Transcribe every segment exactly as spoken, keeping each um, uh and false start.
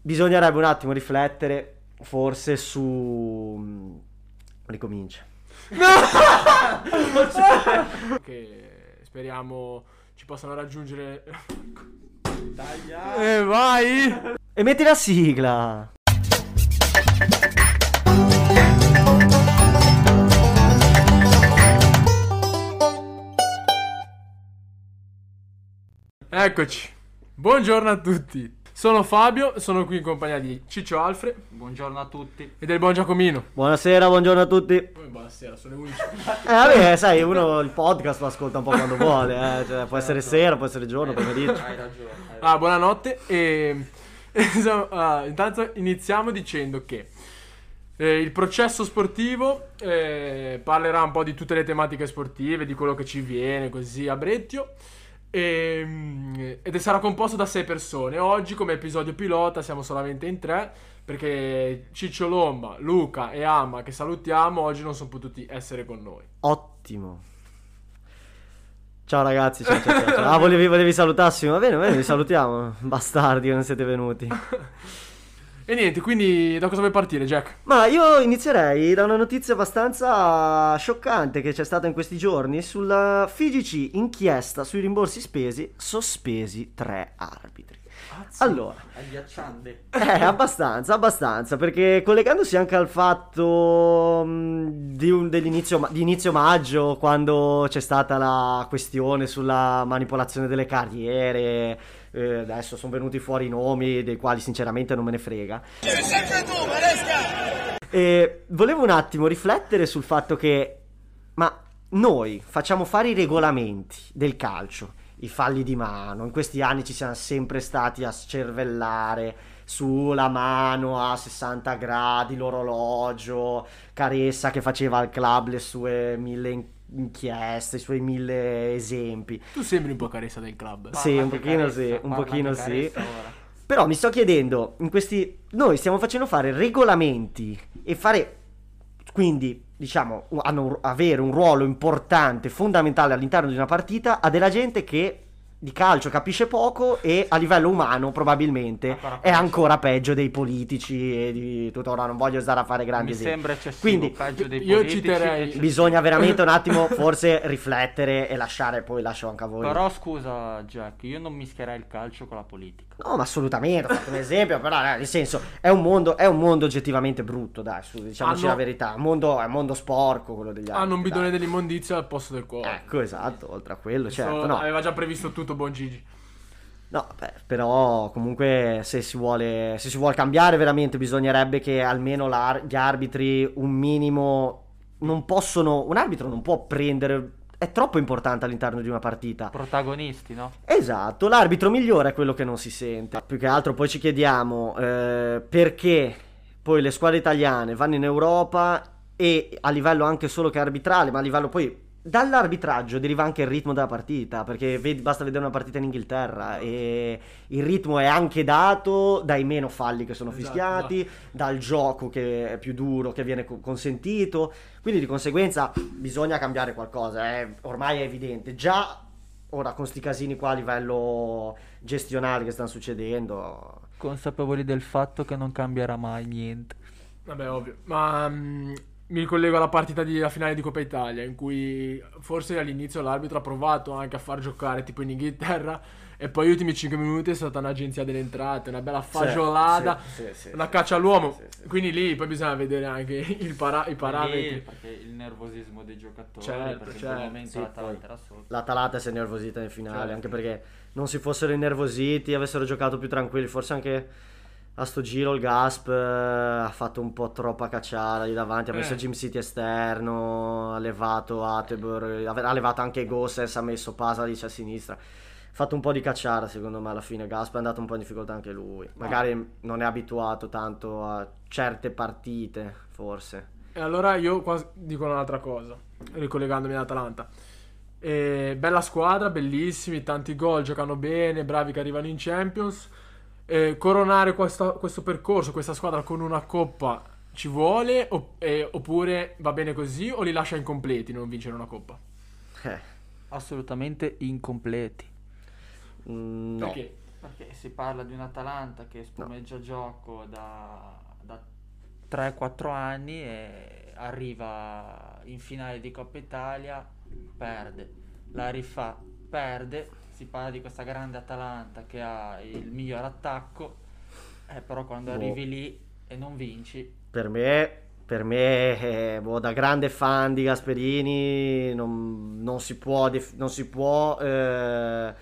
bisognerebbe un attimo riflettere forse su... ricomincia. Che speriamo ci possano raggiungere. Taglia. E eh, vai! E metti la sigla. Eccoci. Buongiorno a tutti. Sono Fabio, sono qui in compagnia di Ciccio Alfre. Buongiorno a tutti. E del buon Giacomino. Buonasera, buongiorno a tutti. Eh Buonasera, sono le undici. vabbè, sai, uno il podcast lo ascolta un po' quando vuole, eh. Cioè, può essere sera, può essere giorno, pomeriggio. Hai ragione. Hai ragione. Ah, buonanotte. E ah, intanto iniziamo dicendo che eh, il processo sportivo eh, parlerà un po' di tutte le tematiche sportive, di quello che ci viene così a brettio. E, ed sarà composto da sei persone. Oggi come episodio pilota siamo solamente in tre perché Ciccio Lomba, Luca e Amma, che salutiamo, oggi non sono potuti essere con noi. Ottimo. Ciao ragazzi, ciao, ciao, ciao, ciao. Ah, volevi, volevi salutarsi? Va bene, va bene, vi salutiamo. Bastardi che non siete venuti. E niente, quindi da cosa vuoi partire, Jack? Ma io inizierei da una notizia abbastanza scioccante che c'è stata in questi giorni sulla F I G C, inchiesta sui rimborsi spesi, sospesi tre arbitri. Azzi, Allora, agghiacciante. eh, abbastanza, abbastanza, perché collegandosi anche al fatto mh, di, un, dell'inizio ma- di inizio maggio, quando c'è stata la questione sulla manipolazione delle carriere, eh, adesso sono venuti fuori i nomi dei quali sinceramente non me ne frega. E volevo un attimo riflettere sul fatto che, ma noi facciamo fare i regolamenti del calcio, i falli di mano, in questi anni ci siamo sempre stati a scervellare sulla mano a sessanta gradi, l'orologio, Caressa che faceva al club le sue mille in- inchieste, i suoi mille esempi. Tu sembri un po' Caressa del club. Sì, un Parla pochino Caressa, sì, un parla pochino di sì. Caressa ora. Però mi sto chiedendo, in questi noi stiamo facendo fare regolamenti e fare, quindi diciamo, hanno, avere un ruolo importante, fondamentale all'interno di una partita a della gente che di calcio capisce poco e a livello umano probabilmente Ancora è peggio. ancora peggio dei politici e di tutto. Ora non voglio stare a fare grandi Mi esempi. sembra eccessivo. Quindi peggio dei io politici, citerei- eccessivo. bisogna veramente un attimo forse riflettere e lasciare, poi lascio anche a voi. Però scusa Jack, io non mischierei il calcio con la politica. No, ma assolutamente, ho fatto un esempio, però eh, nel senso è un mondo, è un mondo oggettivamente brutto, dai, su, diciamoci Hanno- la verità, è un mondo, è un mondo sporco quello degli altri. Hanno un bidone dai. dell'immondizia al posto del cuore. Ecco, esatto, oltre a quello, Questo certo, no. Aveva già previsto tutto buon Gigi. No, beh, però comunque se si vuole, se si vuole cambiare veramente bisognerebbe che almeno l'ar- gli arbitri un minimo non possono, un arbitro non può prendere, è troppo importante all'interno di una partita. Protagonisti, no? Esatto, l'arbitro migliore è quello che non si sente. Più che altro poi ci chiediamo eh, perché poi le squadre italiane vanno in Europa e a livello anche solo che arbitrale, ma a livello poi dall'arbitraggio deriva anche il ritmo della partita, perché vedi, basta vedere una partita in Inghilterra e il ritmo è anche dato dai meno falli che sono Esatto, fischiati, dal gioco che è più duro, che viene co- consentito, quindi di conseguenza bisogna cambiare qualcosa, è, ormai è evidente. Già ora con sti casini qua a livello gestionale che stanno succedendo, Consapevoli del fatto che non cambierà mai niente. Vabbè, ovvio. Ma mm, mi ricollego alla partita di la finale di Coppa Italia, in cui forse all'inizio l'arbitro ha provato anche a far giocare tipo in Inghilterra, e poi gli ultimi cinque minuti è stata un'agenzia delle entrate, una bella fagiolata, sì, sì, sì, una sì, caccia sì, all'uomo. sì, sì. Quindi lì poi bisogna vedere anche il para- i parametri. Lì, perché il nervosismo dei giocatori, Certo, perché certo, in quel momento sì, l'Atalanta poi era sotto. l'Atalanta si è innervosita nel finale, Certo. anche perché non si fossero innervositi, avessero giocato più tranquilli, forse anche a sto giro il Gasp eh, ha fatto un po' troppa cacciara lì davanti, ha messo Eh. Jim City esterno, ha levato Atebor, ha levato anche Gosses, ha messo Pasalic a sinistra, ha fatto un po' di cacciara secondo me alla fine. Gasp è andato un po' in difficoltà anche lui, magari non è abituato tanto a certe partite forse. E allora io qua dico un'altra cosa, ricollegandomi all'Atalanta. Eh, bella squadra, bellissimi, tanti gol, giocano bene, bravi che arrivano in Champions. Eh, coronare questa- questo percorso, questa squadra con una coppa ci vuole o- eh, oppure va bene così, o li lascia incompleti non vincere una coppa? Eh, Assolutamente incompleti. mm, no. Perché? Perché si parla di un Atalanta che spumeggia gioco da, da tre quattro anni e arriva in finale di Coppa Italia, perde, la rifà, perde, si parla di questa grande Atalanta che ha il miglior attacco, eh, però quando Boh. arrivi lì e non vinci... Per me, per me eh, boh, da grande fan di Gasperini non, non si può, def- non si può eh,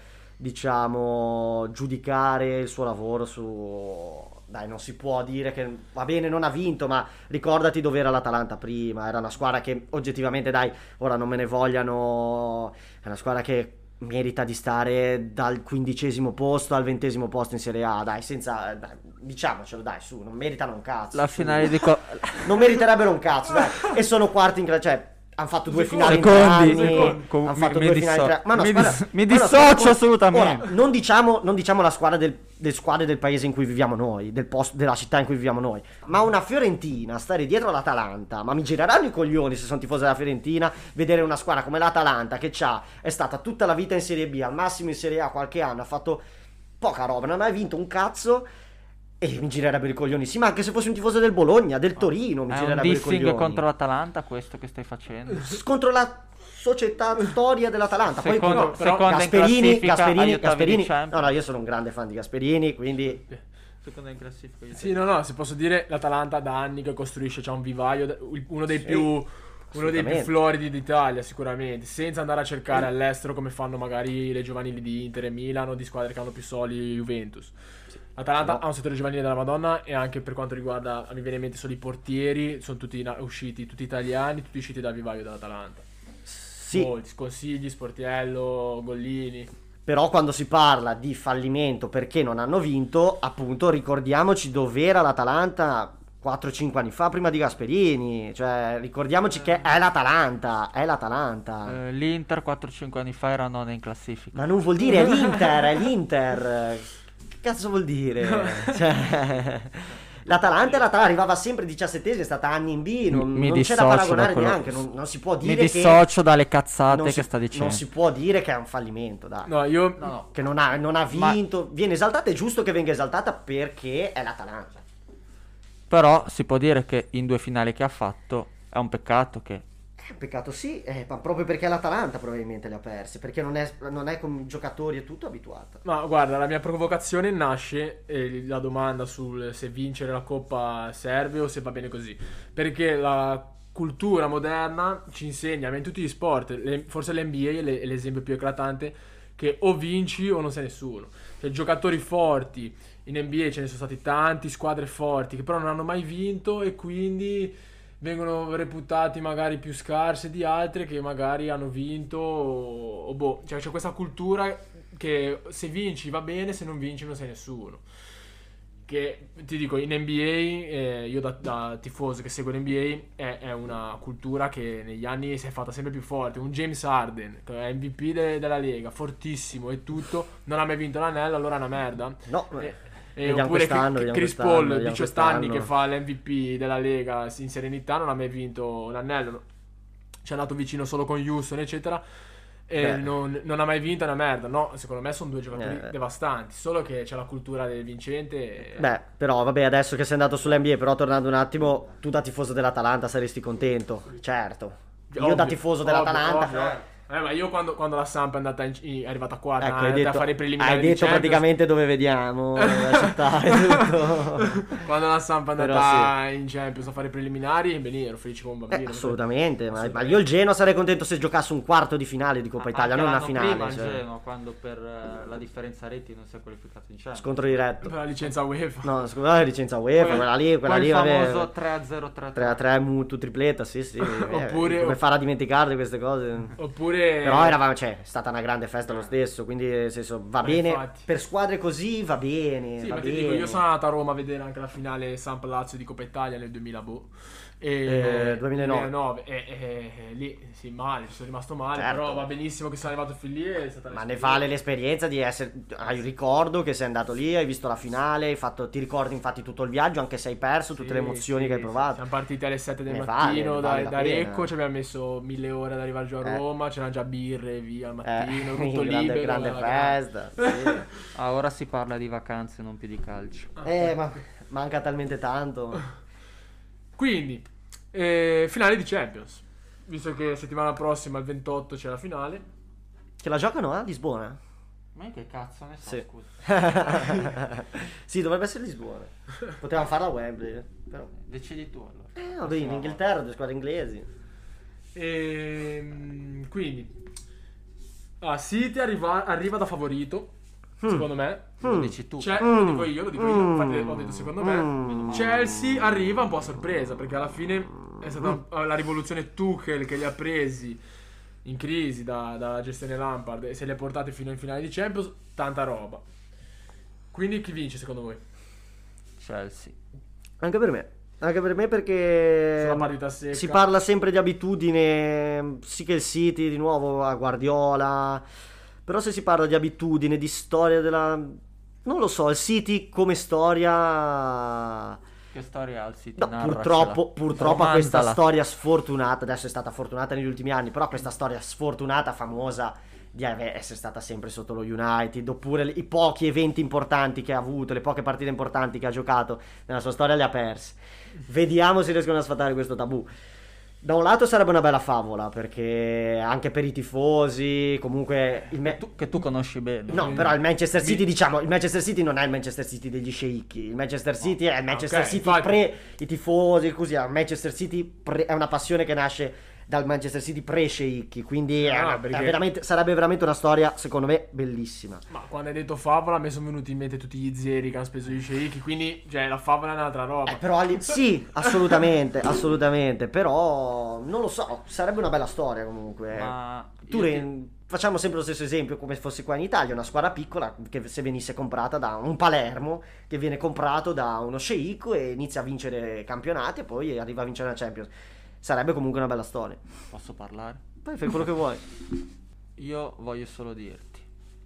diciamo, giudicare il suo lavoro su... Dai, non si può dire che va bene, non ha vinto, ma ricordati dove era l'Atalanta prima. Era una squadra che oggettivamente, dai, ora non me ne vogliano, è una squadra che merita di stare dal quindicesimo posto al ventesimo posto in Serie A, dai, senza, dai, diciamocelo, dai, su, non meritano un cazzo. La su. finale di co- Non meriterebbero un cazzo, dai, e sono quarti in classifica, cioè hanno fatto due finali in tre Secondi, anni, secondi. Com- hanno fatto mi- due mi finali in tre disso- ma no, mi squadra- dis- mi ma no, dissocio squadra- assolutamente. Ora, non diciamo, non diciamo la squadra del, del squadre del paese in cui viviamo noi, del posto, della città in cui viviamo noi, ma una Fiorentina stare dietro all'Atalanta, ma mi gireranno i coglioni se sono tifoso della Fiorentina vedere una squadra come l'Atalanta che c'ha, è stata tutta la vita in Serie B, al massimo in Serie A qualche anno, ha fatto poca roba, non ha mai vinto un cazzo. E mi girerebbero i coglioni. Sì, ma anche se fossi un tifoso del Bologna, del Torino, mi È un girerebbero i dissing coglioni. contro l'Atalanta questo che stai facendo? Contro la società storia dell'Atalanta. Poi Secondo- contro- seconda in Gasperini, classifica Gasperini, agli ottavi Gasperini. di Champions. No, no, io sono un grande fan di Gasperini, quindi Seconda in classifica. Sì, no, no, se posso dire, l'Atalanta da anni che costruisce, c'ha un vivaio, uno dei Sì, più... Uno dei più assolutamente. floridi d'Italia sicuramente, senza andare a cercare all'estero come fanno magari le giovanili di Inter e Milan o di squadre che hanno più soldi Juventus. L'Atalanta No. ha un settore giovanile della Madonna, e anche per quanto riguarda, mi viene in mente solo i portieri, sono tutti na- usciti, tutti italiani, tutti usciti dal vivaio dell'Atalanta. sì. Molti, Sconsigli, Sportiello, Gollini. Però quando si parla di fallimento perché non hanno vinto, appunto, ricordiamoci dov'era l'Atalanta quattro cinque anni fa prima di Gasperini. Cioè, ricordiamoci che è l'Atalanta, è l'Atalanta. Eh, L'Inter quattro cinque anni fa era nona in classifica. Ma non vuol dire, è l'Inter, è l'Inter. Che cazzo vuol dire? Cioè, l'Atalanta, l'Atalanta arrivava sempre diciassettesima, è stata anni in B, non, Mi non c'è da dissocio paragonare da quello- neanche, non, non si può Mi dire che... dissocio dalle cazzate non che si- sta dicendo. Non si può dire che è un fallimento, dai. No, io... No, no. Che non ha, non ha Ma- vinto, viene esaltata, è giusto che venga esaltata perché è l'Atalanta. Però si può dire che in due finali che ha fatto è un peccato che... Eh, peccato sì, eh, ma proprio perché l'Atalanta probabilmente le ha perse, perché non è, non è con giocatori e tutto abituata. Ma guarda, la mia provocazione nasce, eh, la domanda sul se vincere la Coppa serve o se va bene così. Perché la cultura moderna ci insegna, ma in tutti gli sport, le- forse l'N B A è, le- è l'esempio più eclatante, che o vinci o non sei nessuno. Cioè, giocatori forti, in N B A ce ne sono stati tanti, squadre forti, che però non hanno mai vinto e quindi vengono reputati magari più scarse di altre che magari hanno vinto o, o boh, cioè c'è questa cultura che se vinci va bene, se non vinci non sei nessuno. Che ti dico, in N B A, eh, io da, da tifoso che segue l'N B A, è, è una cultura che negli anni si è fatta sempre più forte. Un James Harden, che è M V P de- della Lega, fortissimo e tutto, non ha mai vinto l'anello, allora è una merda. No, E- E vediamo oppure quest'anno, Chris vediamo Chris quest'anno, Paul, vediamo diciotto anni, quest'anno. che fa l'M V P della Lega in serenità, non ha mai vinto l'anello, ci è andato vicino solo con Houston eccetera, e Beh. non, non ha mai vinto una merda. No, secondo me sono due giocatori Eh. devastanti, solo che c'è la cultura del vincente e- beh, però vabbè, adesso che sei andato sull'N B A, però tornando un attimo, tu da tifoso dell'Atalanta saresti contento, certo. Io Ovvio, da tifoso ovvio, dell'Atalanta... ovvio. Eh, ma io quando, quando la Samp è andata in, in- è arrivata quarta, Ecco, è hai andata detto, a fare i preliminari hai di detto Champions. praticamente dove vediamo la città e tutto. Quando la Samp è Però andata in Champions a fare i preliminari, beh, lì ero felice come un Eh, bambino. assolutamente, ma, ma Assolutamente. io il Genoa sarei contento se giocasse un quarto di finale di Coppa Italia, non una Anche l'anno prima finale. il Cioè, Genoa, quando per eh, la differenza reti non si è qualificato in Champions. scontro diretto. Per la licenza UEFA. No, scusate, licenza UEFA, Quel- quella lì, quella quel lì, famoso vabbè. tre a zero tre a tre a tre Mutu tripletta, sì, sì. Oppure- eh, come fare a dimenticarle queste cose? Oppure Però eravamo, cioè, è stata una grande festa lo stesso, quindi nel senso va Ma bene, infatti. per squadre così va bene, Sì, va ma ti bene. dico, io sono andato a Roma a vedere anche la finale Samp Lazio di Coppa Italia nel duemila boh. Eh, duemilanove. duemilanove, e, e- e lì sì, male, ci sono rimasto male, Certo. però va benissimo che sono arrivato fin lì, è stata Ma ne l'esperienza. vale l'esperienza di essere. Hai il ricordo che sei andato lì, hai visto la finale, hai fatto, ti ricordi infatti tutto il viaggio, anche se hai perso, tutte Sì, le emozioni sì, che hai sì. provato. Siamo partiti alle sette del Ne mattino vale, da, vale la da pena. Recco, ci abbiamo messo mille ore ad arrivare giù a Eh. Roma, c'erano mangia birre via al mattino, Eh, tutto grande, libero. grande alla grande. festa. Sì. Ah, ora si parla di vacanze, non più di calcio. Eh, ma manca talmente tanto. Quindi, eh, finale di Champions. Visto che settimana prossima, il ventotto, c'è la finale. Che la giocano a Lisbona? Ma io che cazzo ne so, Sì. scusa. Sì, dovrebbe essere Lisbona. Potevamo farla a Wembley, però. Decidi tu allora. Eh, vabbè, in Inghilterra, due squadre inglesi. E, quindi, ah, City arriva, arriva da favorito, secondo me. Lo dici tu. Cioè, Mm. lo dico io, lo dico io, infatti l'ho detto secondo me. Mm. Chelsea arriva un po' a sorpresa, perché alla fine è stata la rivoluzione Tuchel che li ha presi in crisi da- dalla gestione Lampard e se li ha portati fino in finale di Champions, tanta roba. Quindi chi vince secondo voi? Chelsea. Anche per me. Anche per me perché Sulla partita secca. si parla sempre di abitudine, sì che il City di nuovo a Guardiola, però se si parla di abitudine, di storia della... non lo so, il City come storia... Che storia ha il City? No, Narracela. purtroppo, purtroppo a questa Romandala. storia sfortunata, adesso è stata fortunata negli ultimi anni, però questa storia sfortunata, famosa, di ave- essere stata sempre sotto lo United, oppure i pochi eventi importanti che ha avuto, le poche partite importanti che ha giocato nella sua storia le ha perse. Vediamo se riescono a sfatare questo tabù. Da un lato sarebbe una bella favola, perché anche per i tifosi, comunque... Il me- Tu- che tu conosci bene. No, però il Manchester City, Mi- diciamo, il Manchester City non è il Manchester City degli sceicchi. Il Manchester City è il Manchester ok, City infatti. pre i tifosi, così, è il Manchester City pre- è una passione che nasce dal Manchester City pre-sceicchi, quindi è Ah, una- è perché- veramente, sarebbe veramente una storia, secondo me, bellissima. Ma quando hai detto favola, a me sono venuti in mente tutti gli zeri che hanno speso gli sceicchi, quindi cioè, la favola è un'altra roba. Eh, però lì- sì, assolutamente, assolutamente, però non lo so, sarebbe una bella storia comunque. Ma Tu io re- ti- facciamo sempre lo stesso esempio come fosse qua in Italia, una squadra piccola che se venisse comprata da un Palermo che viene comprato da uno sceicco e inizia a vincere campionati e poi arriva a vincere la Champions. Sarebbe comunque una bella storia. Posso parlare? Poi fai quello che vuoi. Io voglio solo dirti,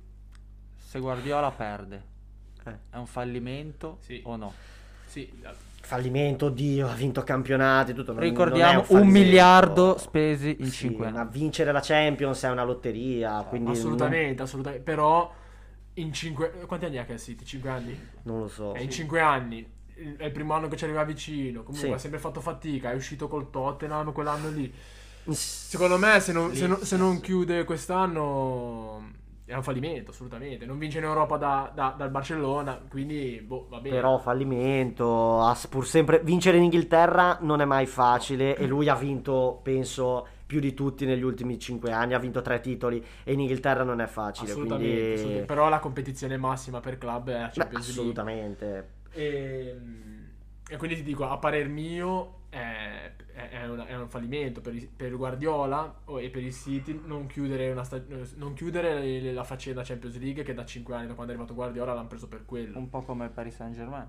se Guardiola perde, Eh. è un fallimento Sì. o no? Sì, Fallimento, oddio, ha vinto campionati, tutto. non- non è Ricordiamo un, fallimento. miliardo spesi in Sì, cinque ma anni. vincere la Champions è una lotteria, quindi assolutamente, assolutamente. Però in cinque... Quanti anni ha che è il City? cinque anni? non, non lo so. E in cinque anni il- è il primo anno che ci arriva vicino. Comunque Sì. ha sempre fatto fatica. È uscito col Tottenham quell'anno lì. S- Secondo me, se non, se non- Lì, se non chiude quest'anno, è un fallimento, assolutamente. Non vince in Europa da- da- dal Barcellona. Quindi, boh, va bene. Però fallimento, ha s- pur sempre vincere in Inghilterra non è mai facile e lui ha vinto, penso, più di tutti negli ultimi cinque anni, ha vinto tre titoli e in Inghilterra non è facile, assolutamente, quindi assolutamente. Però la competizione massima per club è la Beh, Champions League. assolutamente. E, e quindi ti dico, a parer mio è, è- è una- è un fallimento per, i- per Guardiola o- e per il City non chiudere, una sta- non chiudere le- la faccenda Champions League, che da cinque anni, da quando è arrivato Guardiola, l'hanno preso per quello. Un po' come il Paris Saint Germain.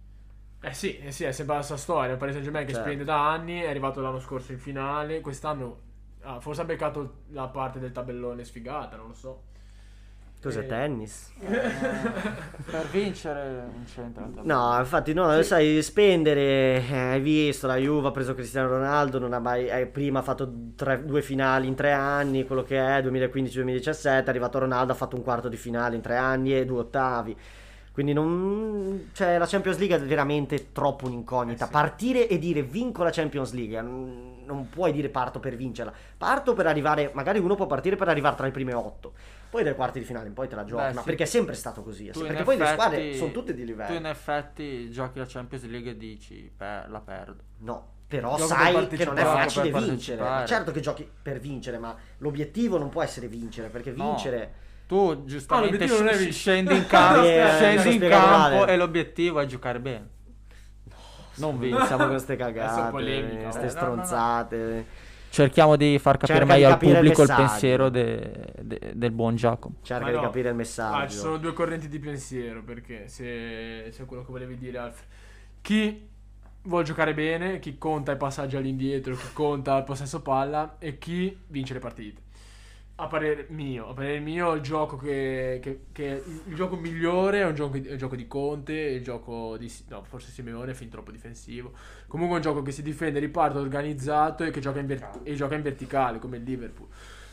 Eh sì, eh sì, è sempre la stessa storia. Il Paris Saint-Germain che Certo. spende da anni, è arrivato l'anno scorso in finale, quest'anno ah, forse ha beccato la parte del tabellone sfigata, non lo so. Cos'è Eh, tennis? Per vincere non c'entra. No, infatti no, sai, spendere, eh, hai visto, la Juve ha preso Cristiano Ronaldo, non ha mai, eh, prima ha fatto tre- due finali in tre anni, quello che è, duemilaquindici duemiladiciassette, è arrivato Ronaldo, ha fatto un quarto di finale in tre anni e due ottavi. Quindi non, cioè, la Champions League è veramente troppo un'incognita. Eh sì. Partire e dire vinco la Champions League, non, non puoi dire parto per vincerla. Parto per arrivare, magari uno può partire per arrivare tra i primi otto. Poi dai quarti di finale in poi te la giochi, Beh, ma sì. perché è sempre stato così. Tu in Perché poi le effetti- squadre sono tutte di Tu livello. in effetti giochi la Champions League e dici "Per- la perdo". No, però Gioco sai per che non è partecipare. facile Per vincere. Ma partecipare. certo che giochi per vincere, ma l'obiettivo non può essere vincere, perché No. vincere... Tu giustamente l'obiettivo non è sc- vincere. scendi in campo, Eh, eh, scendi sto in spiegando campo male. e l'obiettivo è giocare bene. Non vincere. Iniziamo con queste Adesso cagate, polemica, queste eh. No, no, no. stronzate. Cerchiamo di far capire Cerca di meglio al capire il pubblico il, messaggio. pensiero de- de- del buon Giacomo. Cerca Ma di no. capire il Ah, messaggio. ci sono due correnti di pensiero, perché se, se è quello che volevi dire, Alfred. Chi vuole giocare bene, chi conta i passaggi all'indietro, chi conta il possesso palla e chi vince le partite. A parer mio, a parer mio il gioco che, che, che il gioco migliore è un gioco, è un gioco di Conte, il gioco di no, forse Simeone è fin troppo difensivo. Comunque è un gioco che si difende, riparte organizzato e che gioca in, ver- e gioca in verticale come il Liverpool.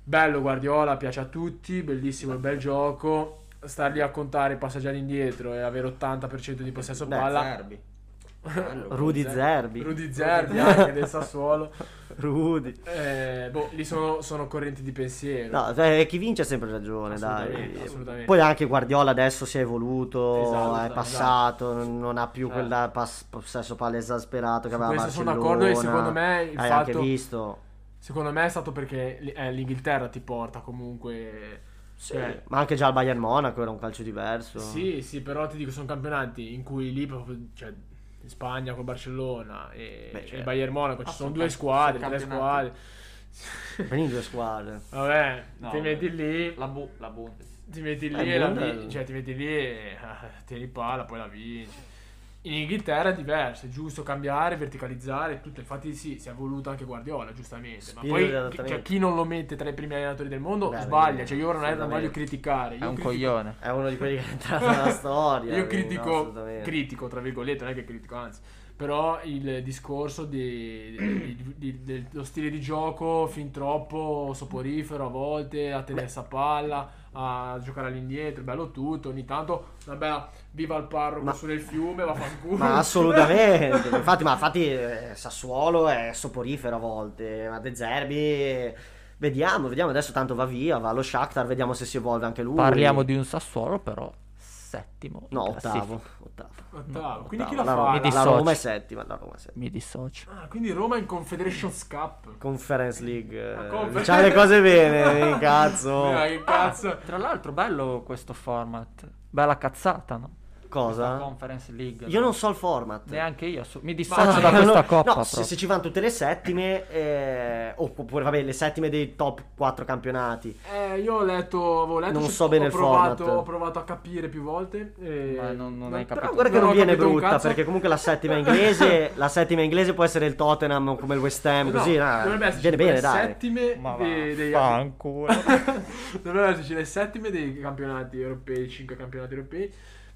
bello Guardiola, piace a tutti, bellissimo il bel gioco, star lì a contare i passaggi all'indietro e avere ottanta per cento di possesso Beh, palla. Zerbi. Bello, Rudy Zerbi. Zerbi. Rudy Zerbi anche del Sassuolo. Rudy. Eh, boh, lì sono, sono correnti di pensiero. No, cioè, chi vince ha sempre ragione, Assolutamente, dai. assolutamente. Poi anche Guardiola adesso si è evoluto, Esatto, è esatto, passato, non- non ha più Certo. quel da- pas- possesso palla esasperato che Su aveva questo sono Barcellona. d'accordo e secondo me il Hai fatto- anche visto. Secondo me è stato perché l- eh, l'Inghilterra ti porta comunque. Cioè, Ma anche già il Bayern Monaco era un calcio diverso. sì, sì, però ti dico, sono campionati in cui lì proprio, cioè, in Spagna con Barcellona e Beh, cioè, certo. il Bayern Monaco ci Ah, sono sono due camp- squadre, sono tre campionati. squadre. Prendi due squadre. Vabbè, No, ti metti lì, La, bu- la Bundes. ti metti lì Eh, e la buona- vi- cioè ti metti lì e ah, tieni palla, poi la vinci. In Inghilterra è diverso, è giusto cambiare, verticalizzare, tutto. Infatti sì, si è voluto anche Guardiola, giustamente. Ma Spirito poi di chi, adattamento. cioè, chi non lo mette tra i primi allenatori del mondo Beh, sbaglia. beh, Cioè io ora non, è- non voglio assolutamente. criticare. È Io un critico- coglione. È uno di quelli che è entrato nella storia. Io quindi, critico, no, assolutamente. critico, tra virgolette, non è che critico, anzi. Però il discorso di, di- di- di- dello stile di gioco fin troppo soporifero a volte, a tenersi a palla, a giocare all'indietro, bello tutto, ogni tanto una bella viva il parroco Ma- su nel fiume, vaffanculo. Ma assolutamente. infatti, ma infatti eh, Sassuolo è soporifero a volte. Ma De Zerbi, vediamo, vediamo. Adesso tanto va via, va allo Shakhtar, vediamo se si evolve anche lui. Parliamo di un Sassuolo però settimo in No, classifica. ottavo. ottavo. Ottavo. No, Quindi chi ottavo. la La, fa? Roma, Mi la dissocio. Roma è settima. La Roma è settima. Mi dissocio. Ah, quindi Roma in Confederations Cup. Conference League. La eh, Conference- Diciamo le cose bene, cazzo. Eh, che cazzo. Tra l'altro bello questo format. Bella cazzata, no? La Cosa? Conference League. Io non so il format. Neanche io. so- Mi Ma- dissocio da no, questa no, coppa no, se, proprio. se ci vanno tutte le settime, eh, oppure vabbè, le settime dei top quattro campionati. Eh, io ho letto, avevo letto, Non ci- so bene ho il provato, format. ho provato a capire più volte. E... Ma non- non hai però capito. Guarda che non ho viene capito un brutta, cazzo. perché comunque la settima inglese, la settima inglese può essere il Tottenham come il West Ham, No, così, no, dovrebbe esserci viene bene, le dai. settime Ma dei, dei fanculo. dovrebbero esserci le settime dei campionati europei, cinque campionati europei.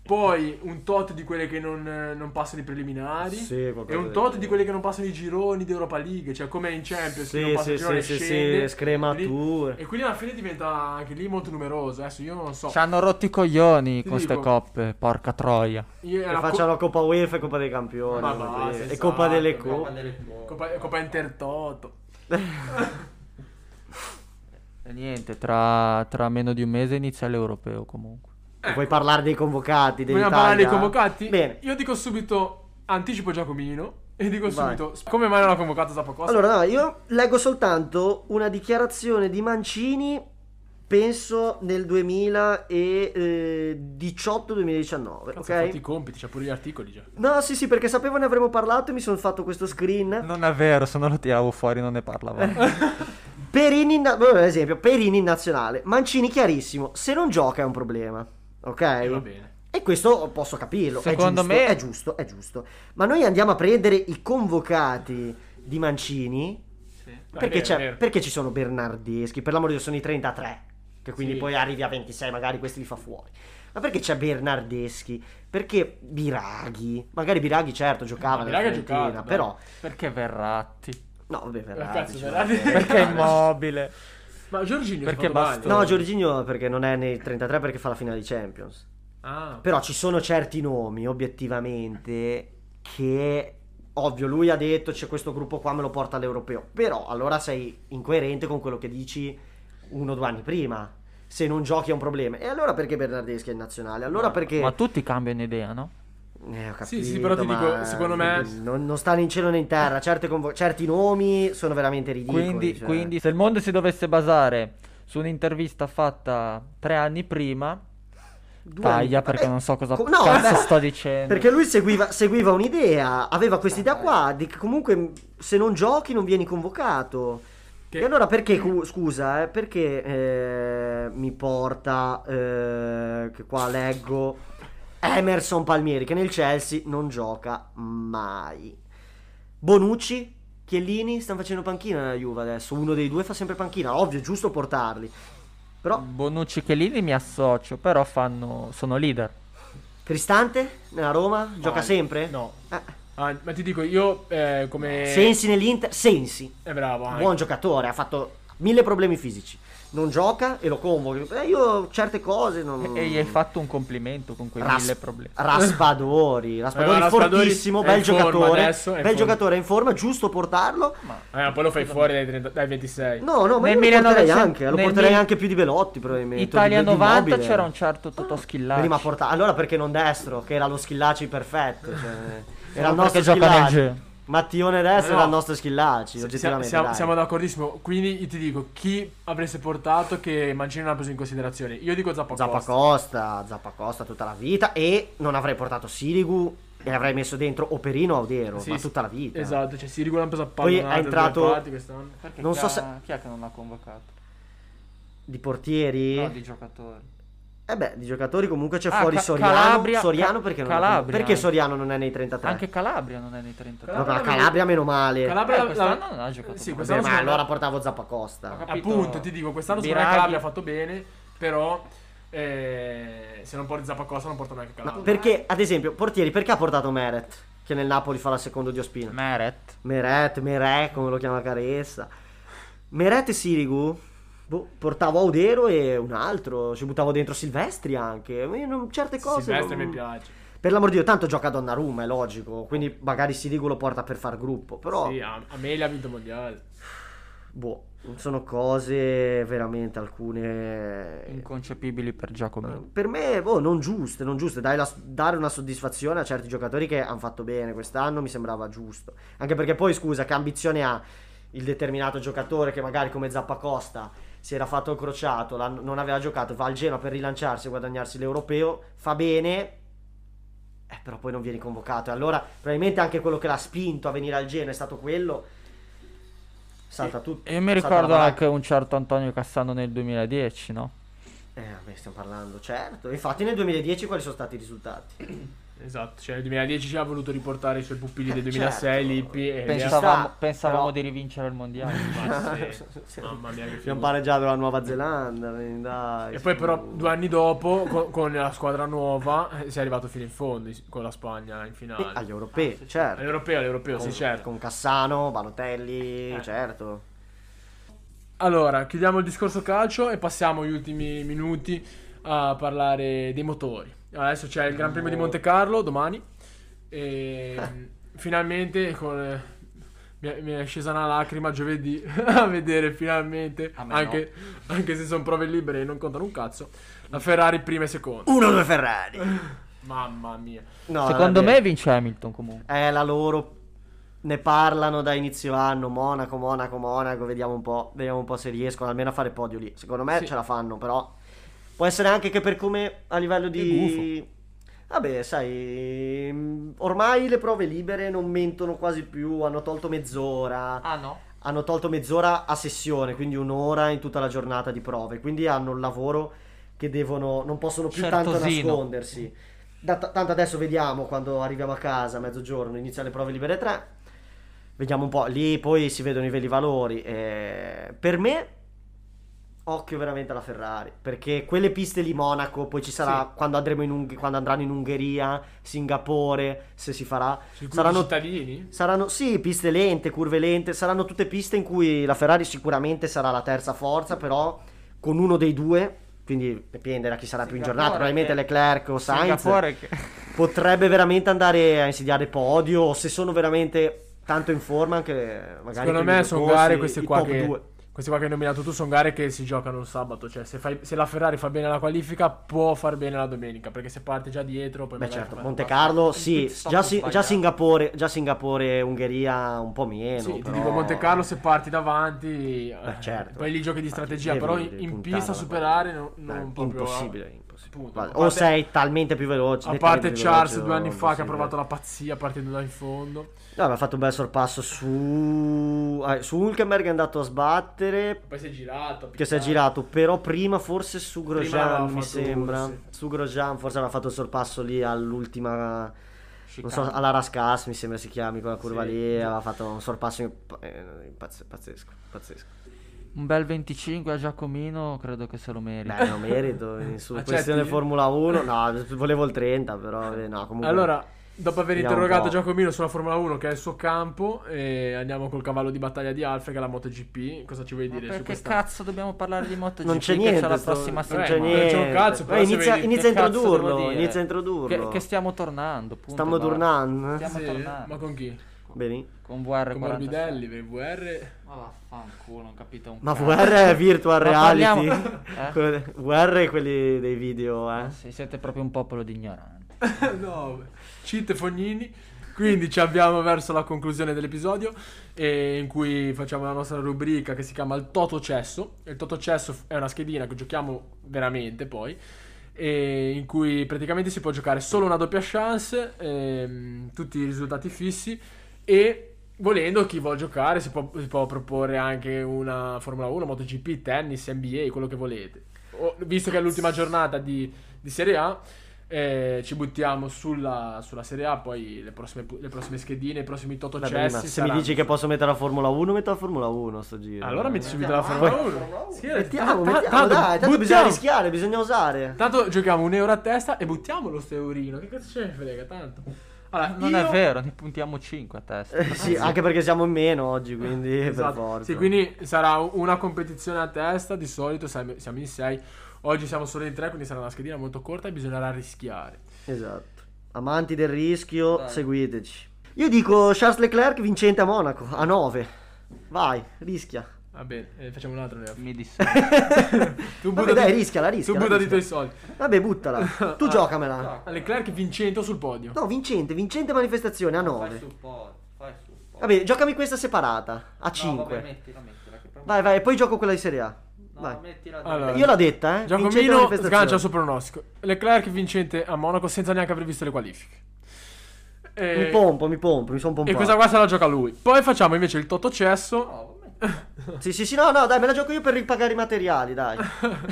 Poi un tot di quelle che non, non passano i preliminari. Sì, e qualcosa un del tot genere. di quelle che non passano i gironi di Europa League. Cioè, come in Champions, che non Sì, passa sì, il girone sì, sì, scende. sì, scremature. E quindi alla fine diventa anche lì molto numeroso. Adesso io non so. Ci hanno rotto i coglioni Ti con ste dico- coppe, porca troia. Io Che era co- facciano Coppa UEFA e Coppa dei Campioni, Ma così. basta, e esatto, Coppa delle Coppa Coppe. delle Coppe. Coppa, Coppa Intertoto. E niente, tra, tra meno di un mese inizia l'europeo comunque. Vuoi parlare dei convocati dell'Italia? Vogliamo parlare dei convocati? Bene. Io dico subito, anticipo Giacomino e dico Vai. subito, come mai non ha convocato Zappacosta? Allora, no, io leggo soltanto una dichiarazione di Mancini, penso nel duemiladiciotto duemiladiciannove, Cazzo, ha fatto i ok? compiti, c'ha pure gli articoli già. No, sì, sì, perché sapevo ne avremmo parlato e mi sono fatto questo screen. Non è vero, se non lo tiravo fuori non ne parlavamo. Perini, in na- per esempio, Perini in nazionale. Mancini chiarissimo, se non gioca è un problema, ok? E va bene. E questo posso capirlo. Secondo è giusto, me- è giusto, è giusto. Ma noi andiamo a prendere i convocati di Mancini Dai, perché, vero, c'è- vero. perché ci sono Bernardeschi, per l'amor di Dio sono i trentatré, che quindi Sì. poi arrivi a ventisei, magari questi li fa fuori. Ma perché c'è Bernardeschi? Perché Biraghi? Magari Biraghi certo giocava Ma nella Biraghi ha Fiorentina, giocato, dai. però Perché Verratti? no, vabbè, Verratti, cazzo, ci Verratti- mancherebbe. Perché è immobile? Ma Giorginio Perché ha fatto male. basta- No, Giorginio perché non è nei trentatré perché fa la finale di Champions. Ah, Però ci sono certi nomi, obiettivamente, che ovvio, lui ha detto c'è questo gruppo qua, me lo porta all'europeo. Però allora sei incoerente con quello che dici uno o due anni prima. Se non giochi è un problema. E allora perché Bernardeschi è in nazionale? Allora perché... Ma tutti cambiano idea, no? Eh, ho capito, Sì, sì, però ti ma dico, secondo me- Non, non stanno in cielo né in terra. Certe convo- certi nomi sono veramente ridicoli. Quindi, cioè. quindi se il mondo si dovesse basare su un'intervista fatta tre anni prima, Due taglia anni- perché vabbè, non so cosa co- no, cazzo vabbè, sto dicendo. Perché lui seguiva, seguiva un'idea, aveva quest'idea qua, di che comunque se non giochi non vieni convocato. Che- E allora perché, cu- scusa, eh, perché eh, mi porta, eh, che qua leggo, Emerson Palmieri, che nel Chelsea non gioca mai. Bonucci, Chiellini, stanno facendo panchina nella Juve adesso, uno dei due fa sempre panchina, ovvio, è giusto portarli. Però Bonucci e Chiellini mi associo, però fanno sono leader. Cristante nella Roma gioca Mai. sempre? no. Eh. Ah, ma ti dico, io eh, come... Sensi nell'Inter, Sensi, È bravo anche. buon giocatore, ha fatto mille problemi fisici, non gioca e lo convochi. Eh, io certe cose non... E gli hai fatto un complimento con quei Ras- mille problemi. Raspadori, Raspadori Eh, ma Raspadori fortissimo, è bel in forma giocatore, adesso, è in bel forma. giocatore in forma, giusto portarlo. Eh, ma poi lo fai fuori dai, trenta dai ventisei. No, no, ma Nel io lo porterei millenovecento anche, lo nel porterei mil- anche più di Velotti probabilmente. Italia di- di novanta Immobile. c'era un certo Totò Schillaci. Prima porta- allora perché non destro, che era lo Schillaci perfetto, cioè, era il No, nostro perché gioca nel Schillaci. G. Mattione destro No, era no. il nostro Schillaci, Siamo, oggettivamente. siamo, dai. siamo d'accordissimo. Quindi io ti dico chi avreste portato che Mancini non ha preso in considerazione. Io dico Zappacosta. Zappacosta, Zappacosta tutta la vita, e non avrei portato Sirigu e avrei messo dentro Operino o Audero, Sì, ma sì, tutta la vita. Esatto, cioè Sirigu l'hanno preso a Poi è pallonate entrato- da due parti quest'anno. Perché Non chi, so ha, se- chi è che non l'ha convocato? Di portieri? No, di giocatori. Eh beh, di giocatori comunque c'è Ah, fuori Ca- Soriano. Calabria- Soriano Ca- perché non Calabria. Perché Soriano non è nei trentatré? Anche Calabria non è nei trentatré. No, Calabria- ma Calabria meno male. Calabria Eh, quest'anno non ha giocato Sì, male. Vabbè, quest'anno ma secondo me- allora portavo Zappacosta. Ho capito. Appunto, ti dico, quest'anno secondo me Biraghi- Calabria ha fatto bene, però eh, se non porti Zappacosta non porta neanche Ma Calabria. perché, ad esempio, portieri, perché ha portato Meret? Che nel Napoli fa la seconda di Ospina. Meret. Meret, Merè, come lo chiama Caressa. Meret e Sirigu, boh, portavo Audero e un altro, ci buttavo dentro Silvestri anche. Ma io non- certe cose. Silvestre non- mi piace. Per l'amor di Dio, tanto gioca Donnarumma, è logico. Quindi magari Sirigu lo porta per far gruppo. Però, Sì, a- Amelia ha vinto il mondiale. boh, sono cose veramente alcune. Inconcepibili per Giacomino. Per me, boh, non giuste, non giuste. Dai la- dare una soddisfazione a certi giocatori che hanno fatto bene quest'anno mi sembrava giusto. Anche perché poi, scusa, che ambizione ha il determinato giocatore che magari come Zappacosta si era fatto il crociato, l'han- non aveva giocato, va al Genoa per rilanciarsi e guadagnarsi l'europeo, fa bene, eh, però poi non viene convocato. E allora probabilmente anche quello che l'ha spinto a venire al Genoa è stato quello. Salta tutto. E io mi salta ricordo la baracca. anche un certo Antonio Cassano nel duemiladieci, no? Eh, vabbè, stiamo parlando, certo. Infatti nel duemiladieci quali sono stati i risultati? Esatto, cioè nel duemiladieci ci ha voluto riportare i suoi pupilli del Eh, duemilasei, certo. Lippi e Pensavamo, sta, pensavamo però- di rivincere il mondiale. Ma sì, mamma mia che Abbiamo figura. pareggiato la Nuova Zelanda, dai. E poi però due anni dopo con, con la squadra nuova eh, sei arrivato fino in fondo in- con la Spagna in E finale. agli europei, certo. All'europeo, all'europeo, sì Con- certo. Con Cassano, Balotelli, Eh. certo. Allora, chiudiamo il discorso calcio e passiamo gli ultimi minuti a parlare dei motori. Adesso c'è il Gran Premio di Monte Carlo domani e finalmente con, eh, mi, è, mi è scesa una lacrima giovedì a vedere finalmente, A me anche, anche se sono prove libere e non contano un cazzo, la Ferrari prima e seconda. Uno, due Ferrari. Mamma mia. No, Secondo vabbè. me vince Hamilton comunque. È la loro. Ne parlano da inizio anno. Monaco, Monaco, Monaco. Vediamo un po'. Vediamo un po' se riescono almeno a fare podio lì. Secondo me Sì. ce la fanno, però. Può essere anche che per come a livello di. Vabbè, sai. mh, Ormai le prove libere non mentono quasi più. Hanno tolto mezz'ora. Ah no? Hanno tolto mezz'ora a sessione, quindi un'ora in tutta la giornata di prove. Quindi hanno un lavoro che devono. Non possono più tanto Certosino. nascondersi. Da- tanto adesso vediamo quando arriviamo a casa a mezzogiorno, iniziano le prove libere tre. Vediamo un po', lì poi si vedono i veri valori. eh, per me, occhio veramente alla Ferrari, perché quelle piste lì, Monaco, poi ci sarà Sì. quando, andremo in Ung- quando andranno in Ungheria, Singapore, se si farà. Circuiti Saranno, cittadini? saranno, sì, piste lente, curve lente, saranno tutte piste in cui la Ferrari sicuramente sarà la terza forza, però con uno dei due, quindi dipende da chi sarà più in giornata, Singapore probabilmente che- Leclerc o Sainz. Singapore che... Potrebbe veramente andare a insidiare podio, o se sono veramente tanto in forma anche magari Secondo per me i sono corsi, gare queste i qua top che due. queste qua che hai nominato tu sono gare che si giocano il sabato, cioè se, fai, se la Ferrari fa bene la qualifica può far bene la domenica, perché se parte già dietro poi Beh magari certo, fa- Monte basta. Carlo Il sì, pit stop già, Si- già sbagliato. Singapore, già Singapore, Ungheria un po' meno. Sì, ti però- dico Monte Carlo se parti davanti, eh, certo. poi lì giochi di strategia, Devi- però devi in, in puntare pista alla superare qualità. non, non Eh, proprio... impossibile, impossibile. Appunto. Guarda, A o parte- sei talmente più veloce, A nettamente parte più Charles veloce, due anni o fa che ha impossibile. provato la pazzia partendo da in fondo, No, aveva fatto un bel sorpasso su ah, su Hülkenberg, è andato a sbattere, poi si è girato, che si è piccato. girato, però prima forse su Prima Grosjean aveva mi fatto sembra, uno, sì. su Grosjean forse aveva fatto il sorpasso lì all'ultima, non so, Chicane. alla Rascas mi sembra si chiami, quella curva Sì. lì, aveva fatto un sorpasso in- eh, pazz- pazzesco, pazzesco. Un bel venticinque a Giacomino credo che se lo meriti. Beh, non merito, in su Accetti? questione Formula uno, no, volevo il trenta, però eh, no, comunque Allora, dopo aver Vediamo un interrogato po'. Giacomino sulla Formula uno, che è il suo campo, e andiamo col cavallo di battaglia di Alfred, che è la MotoGP. Cosa ci vuoi Ma dire su perché questa? cazzo dobbiamo parlare di MotoGP? Non c'è che niente, la sto- prossima non c'è settimana? Non c'è un niente. cazzo, però Eh, se inizia, vedi- inizia a Che cazzo devo introdurlo, dire? inizia a introdurlo. Che, che stiamo tornando, punto, Stiamo basta. tornando. Stiamo Sì, tornando. ma con chi? Bene. Con V R Con quarantasei. Morbidelli, per V R. Ma vaffanculo, non capite un Ma cazzo. V R è virtual Ma reality. parliamo- Eh? Quello de- V R è quelli dei video, eh. Ah, sì, siete proprio un popolo di ignoranti. No, beh. Cheat e Fognini. Quindi ci abbiamo verso la conclusione dell'episodio, eh, in cui facciamo la nostra rubrica che si chiama il Toto Cesso. Il Toto Cesso è una schedina che giochiamo veramente poi, e in cui praticamente si può giocare solo una doppia chance, ehm, tutti i risultati fissi, e volendo chi vuol giocare si può, si può proporre anche una Formula uno, MotoGP, tennis, N B A, quello che volete. O- visto che è l'ultima giornata di, di Serie A, eh, ci buttiamo sulla, sulla Serie A, poi le prossime, pu- le prossime schedine, i prossimi Toto Vabbè, Cessi ma se mi saranno- dici che posso mettere la Formula uno, metto la Formula uno sto giro. Allora metti Eh. subito la Formula uno. Sì, Mettiamo, ta- ta- mettiamo, dai, tanto bisogna buttiamo. rischiare, bisogna osare. Tanto giochiamo un euro a testa e buttiamolo sto eurino. Che cazzo ce ne frega tanto? Allora, Non io- è vero, ne puntiamo cinque a testa. Eh, sì, anche perché siamo in meno oggi, quindi per Esatto. forza. Sì, quindi sarà una competizione a testa. Di solito siamo siamo in sei. Oggi siamo solo in tre, quindi sarà una schedina molto corta e bisognerà rischiare. Esatto. Amanti del rischio, Dai. seguiteci. Io dico Charles Leclerc vincente a Monaco, a nove. Vai, rischia. Va bene, eh, facciamo un altro. Ne Mi dissocio. Tu Vabbè, dai, buttati- rischiala, rischiala, Tu buttati i rischiala. tuoi soldi. Vabbè, buttala. Tu Ah. giocamela. Leclerc vincente sul podio. No, vincente, vincente manifestazione a Fai nove. sul podio, fai sul podio. Vabbè, giocami questa separata, a No, vabbè, cinque. mettila, mettila, che proprio- Vai, vai, poi gioco quella di Serie A. No, Vai. mettila Allora. dentro. Io l'ho detta, eh. Vincente Giacomino manifestazione. sgancia il suo pronostico. Leclerc vincente a Monaco senza neanche aver visto le qualifiche. E, Mi pompo, mi pompo, mi sono e pompato. questa qua se la gioca lui. Poi facciamo invece il Toto Cesso. No, mettila. Sì, sì, sì, no, no, dai, me la gioco io per ripagare i materiali, dai.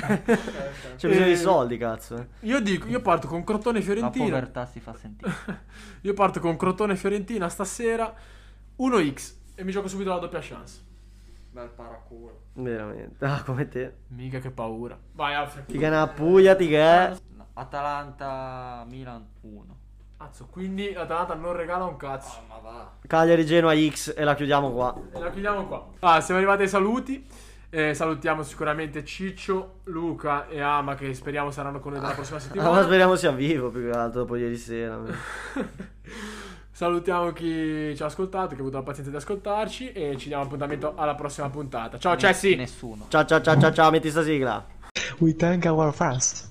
C'è bisogno Eh, di soldi, cazzo. eh. Io dico, io parto con Crotone e La Fiorentina. povertà si fa sentire. Io parto con Crotone e Fiorentina stasera. uno x e mi gioco subito la doppia chance. Bel paraculo. Veramente. Ah, come te. Mica che paura. Vai Alfred. Ti gana la Puglia, ti che. No, Atalanta Milan uno. Cazzo, quindi l'Atalanta non regala un cazzo. ma va. Cagliari Genoa X e la chiudiamo qua. E la chiudiamo qua. Ah, siamo arrivati ai saluti. Eh, salutiamo sicuramente Ciccio, Luca e Ama, che speriamo saranno con noi dalla prossima Ah, ma settimana. speriamo sia vivo più che altro dopo ieri sera. Salutiamo chi ci ha ascoltato, che ha avuto la pazienza di ascoltarci, e ci diamo appuntamento alla prossima puntata. Ciao Cessi! Nessuno. Ciao ciao ciao ciao ciao, metti sta sigla. We thank our fans.